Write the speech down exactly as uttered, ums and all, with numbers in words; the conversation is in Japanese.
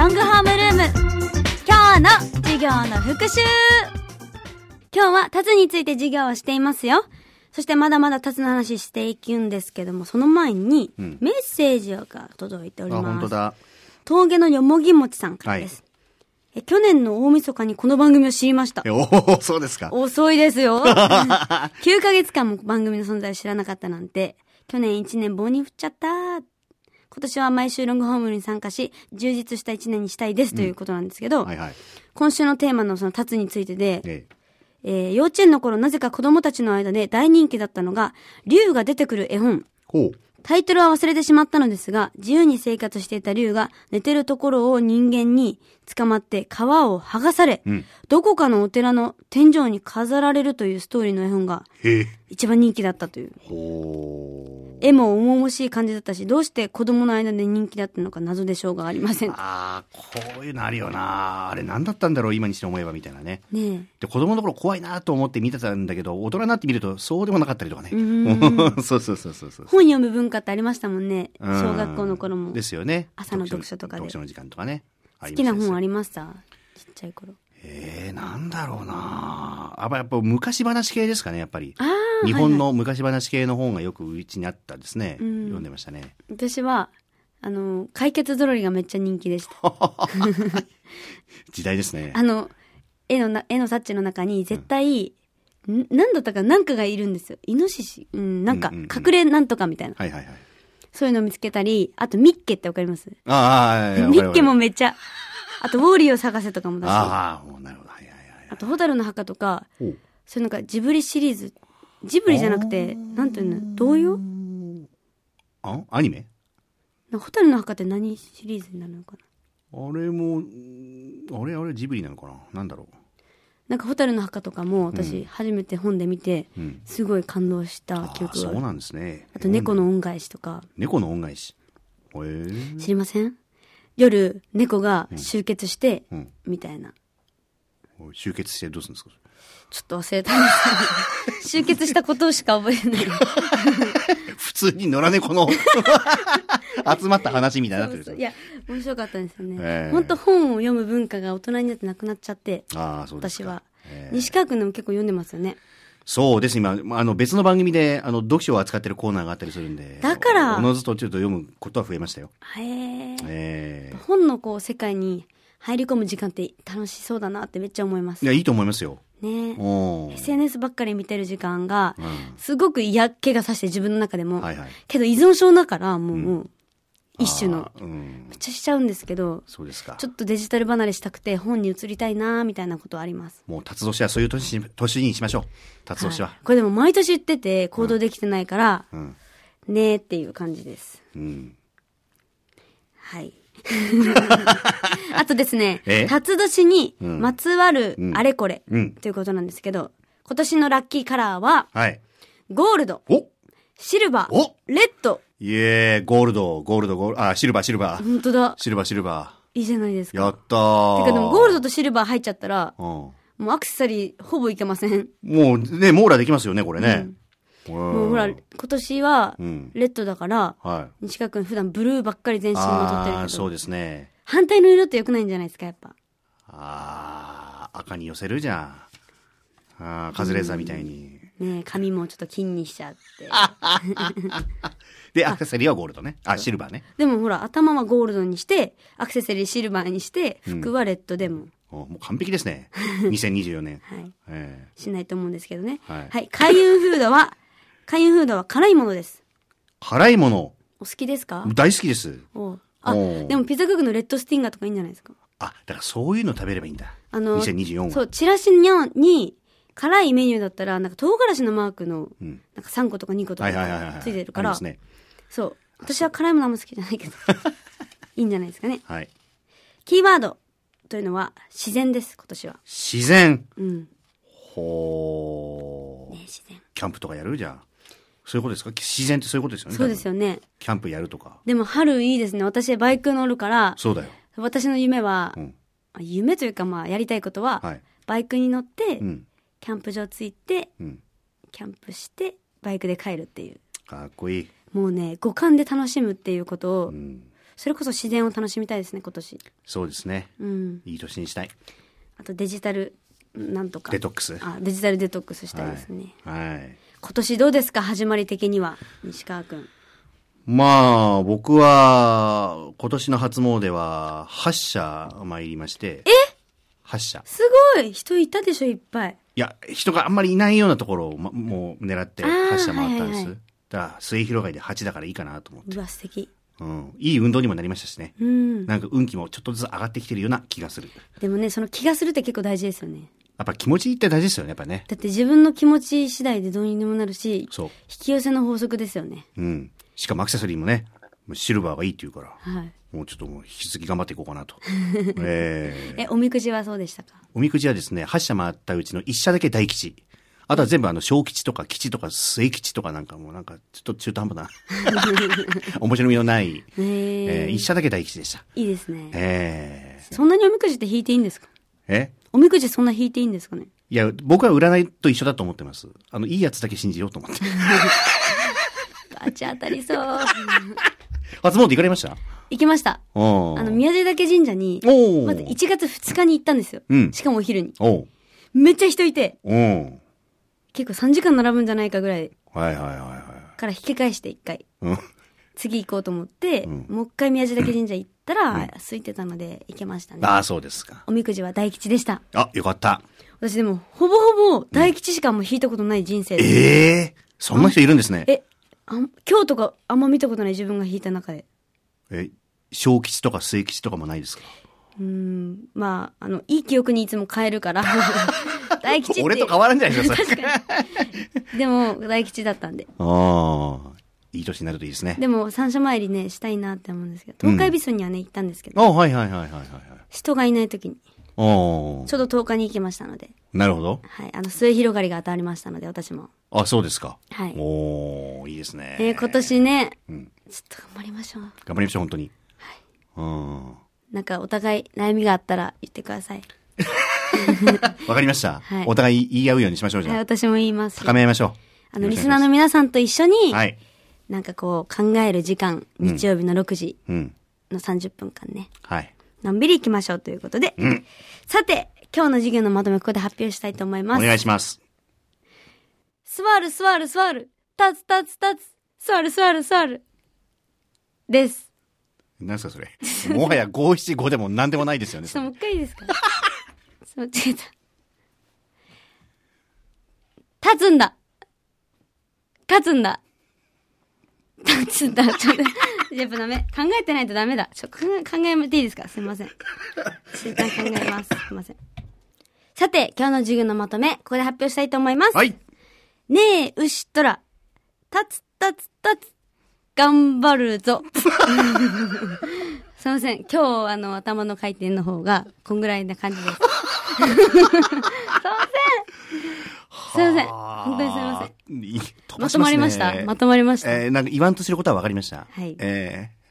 ロングホームルーム。今日の授業の復習。今日はタツについて授業をしていますよ。そしてまだまだタツの話していくんですけども、その前にメッセージが届いております。 あ、本当だ。 峠のよもぎもちさんからです。はい、え去年の大晦日にこの番組を知りました。 おお、そうですか。 遅いですよ。きゅうかげつかんも番組の存在を知らなかったなんて、去年いちねん棒に振っちゃった。今年は毎週ロングホームに参加し、充実したいちねんにしたいですということなんですけど、うんはいはい、今週のテーマのそのタツについてで、えええー、幼稚園の頃なぜか子供たちの間で大人気だったのが、竜が出てくる絵本。ほう。タイトルは忘れてしまったのですが、自由に生活していた竜が寝てるところを人間に捕まって皮を剥がされ、うん、どこかのお寺の天井に飾られるというストーリーの絵本が一番人気だったという。ほー。絵も重々しい感じだったし、どうして子供の間で人気だったのか謎でしょうがありません。 ああ、こういうのあるよな。あれ何だったんだろう今にして思えばみたいなね。ねで子供の頃怖いなと思って見てたんだけど、大人になってみるとそうでもなかったりとかね。うんそうそうそうそうそう。 本読む文化ってありましたもんね。小学校の頃も。 ですよね。 朝の読書とかで。 読書の時間とかね。 好きな本ありました？ちっちゃい頃。 えー、なんだろうなあ。やっぱ昔話系ですかね、やっぱり。日本の昔話系の本がよくうちにあったですね。うん、読んでましたね。 私は、あの、解決ぞろりがめっちゃ人気でした。 時代ですね。 あの、絵のな、絵の冊子の中に絶対、うん、何だったかなんかがいるんですよ。イノシシ。うん、なんか、隠れなんとかみたいな。はいはいはい。そういうのを見つけたり、あとミッケってわかります？ああ、ミッケもめっちゃ、あとウォーリーを探せとかもだし。ああ、なるほど。はいはいはい。あとホタルの墓とか、そういうなんかジブリシリーズ、ジブリじゃなくて、なんていうの、童謡？ あ、アニメ？ ホタルの墓って何シリーズになるのかな？ あれも、あれあれジブリなのかな？なんだろう。 なんかホタルの墓とかも私初めて本で見て、うん、すごい感動した記憶がある。あ、 そうなんですね。 あと猫の恩返しとか。 猫の恩返し。へー。 知りません？夜猫が集結して、うん、みたいな。 集結してどうするんですか？ ちょっと忘れたんですけど集結したことしか覚えてない。 普通に野良猫の集まった話みたいになってる。 そうそう、いや面白かったんですよね。本当本を読む文化が大人になってなくなっちゃって。あ、そうですか。私は西川君でも結構読んでますよね。 そうです。今あの別の番組であの読書を扱ってるコーナーがあったりするんで、 だからおのずとちょっと読むことは増えましたよ。 へえ。えー、本のこう世界に入り込む時間って楽しそうだなってめっちゃ思います。 いや、いいと思いますよ。 ね、エスエヌエス ばっかり見てる時間が、すごく嫌気がさして自分の中でも、はいはい、けど依存症だからもう、うん、一種の、うん、めっちゃしちゃうんですけど、そうですか。ちょっとデジタル離れしたくて本に移りたいなみたいなことはあります。 もう辰年はそういう年年にしましょう。辰年は、はい、 これでも毎年言ってて行動できてないから、うんうん、ねーっていう感じです。うん、はい。あとですね、辰年にまつわるあれこれということなんですけど、今年のラッキーカラーは、はい、ゴールド、シルバー、レッド。 イエー、ゴールド、ゴールド、ゴールド、あ、シルバー、シルバー。 本当だ。 シルバー、シルバー。いいじゃないですか。 やったー。 てかでもゴールドとシルバー入っちゃったら、うん、もうアクセサリーほぼいけません。 もうね、網羅できますよね、これね。 うん、もうほら、今年はレッドだから、うん、はい、西川君普段ブルーばっかり全身にまとってるけど。あ、 そうですね。 反対の色って良くないんじゃないですか、やっぱ。 ああ、赤に寄せるじゃん。ああ、カズレーザーみたいに。 ねえ、髪もちょっと金にしちゃって。 で、アクセサリーはゴールドね。あ、シルバーね。 でもほら、頭はゴールドにして、アクセサリーシルバーにして、服はレッドでも。 うん、もう完璧ですね。にせんにじゅうよねん。 はい、えー。しないと思うんですけどね。はい。はい、開運フードは、開運フードは辛いものです。 辛いもの。 お好きですか？ 大好きです。 おあ、でもピザクックのレッドスティンガーとかいいんじゃないですか？ あ、だからそういうの食べればいいんだ。あの、にせんにじゅうよんは。 そう、チラシに、辛いメニューだったら、なんか唐辛子のマークの、なんかさんことかにことかついてるから、ね、そう。私は辛いものあんま好きじゃないけど、いいんじゃないですかね。はい。キーワードというのは、自然です、今年は。 自然。うん。ほー。ね、 自然。 キャンプとかやるじゃん。そういうことですか？自然ってそういうことですよね。 そうですよね。 キャンプやるとか。 でも春いいですね。私バイク乗るから。 そうだよ。 私の夢は、うん、夢というかまあやりたいことは、はい、バイクに乗って、うん、キャンプ場着いて、うん、キャンプして、バイクで帰るっていう。 かっこいい。 もうね、五感で楽しむっていうことを、うん、 それこそ自然を楽しみたいですね、今年。 そうですね。うん。いい年にしたい。 あとデジタル、なんとか。 デトックス。 あ、デジタルデトックスしたいですね。 はい。はい、 今年どうですか、始まり的には、西川くん。 まあ、僕は、今年の初詣は、はっ社参りまして。 え ? はっ社。 すごい人いたでしょ、いっぱい。 いや、人があんまりいないようなところを、ま、もう狙ってはっ社回ったんです。はいはいはい、だから、末広がりではちだからいいかなと思って。 うわ、素敵。 うん。いい運動にもなりましたしね。うん。なんか運気もちょっとずつ上がってきてるような気がする。 でもね、その気がするって結構大事ですよね。 やっぱ気持ちいいって大事ですよね、やっぱね。 だって自分の気持ち次第でどうにでもなるし、 そう。 引き寄せの法則ですよね。 うん。しかもアクセサリーもね、シルバーがいいって言うから。はい。もうちょっともう引き続き頑張っていこうかなと。 えー、え、おみくじはそうでしたか？ おみくじはですね、はっ社回ったうちのいっ社だけ大吉。あとは全部あの小吉とか吉とか末吉とかなんかもうなんかちょっと中途半端な面白みのない、えー、一社だけ大吉でした。 いいですね。 えー、そんなにおみくじって引いていいんですか？ え？ おみくじそんな引いていいんですかね？ いや、僕は占いと一緒だと思ってます。あのいいやつだけ信じようと思って。 バチ当たりそう。 初詣行かれました？ 行きました。あの宮出岳神社にまずいちがつふつかに行ったんですよ。うん、しかもお昼に。おめっちゃ人いて。お結構さんじかん並ぶんじゃないかぐらい。はいはいはいはい。から引き返して一回。うん、次行こうと思って、うん、もう一回宮地岳神社行ったら、うん、空いてたので行けましたね。 ああ、そうですか。 おみくじは大吉でした。 あ、よかった。 私でも、ほぼほぼ大吉しかも引いたことない人生で。 うん、ええー、そんな人いるんですね。 え、あ今日とかあんま見たことない自分が引いた中で。 え、小吉とか末吉とかもないですか？ うーん、まあ、あの、いい記憶にいつも変えるから。大吉って。 俺と変わらんじゃないですか、確かに。でも、大吉だったんで。 ああ、いい年になるといいですね。 でも、三社参りね、したいなって思うんですけど、東海ビスにはね、行ったんですけど。 あ、はいはいはいはいはい。 人がいない時に。ちょうどとおかに行きましたので。 なるほど。 はい。あの、末広がりが当たりましたので、私も。 あ、そうですか。 はい。 おー、いいですね。 えー、今年ね、うん、ちょっと頑張りましょう。 頑張りましょう、本当に。 はい。 うん。 なんか、お互い悩みがあったら言ってください。 わかりました。はい。お互い言い合うようにしましょう、じゃあ。 はい、私も言います。 高め合いましょう。 あの、リスナーの皆さんと一緒に、はい。なんかこう、考える時間、日曜日のろくじのさんじゅっぷんかんね。はい。のんびり行きましょうということで。うん。さて、今日の授業のまとめここで発表したいと思います。 お願いします。 座る座る座る。立つ立つ立つ。座る座る座る。です。 何すかそれ。もはや五七五でも何でもないですよね。 ちょっともう一回いいですか？そう、違った。立つんだ。勝つんだ。立つんだ。ちょっと、やっぱダメ。考えてないとダメだ。ちょっと考え、考えていいですか？すいません。一旦考えます。すいません。さて、今日の授業のまとめ、ここで発表したいと思います。はい。ねえ、牛とら。立つ立つ立つ。頑張るぞ。すいません。今日、あの、頭の回転の方が、こんぐらいな感じです。すいません。すいません。本当にすいません。 飛ばしますね。 まとまりましたまとまりました。 えー、なんか言わんとすることは分かりました。 はい。 えー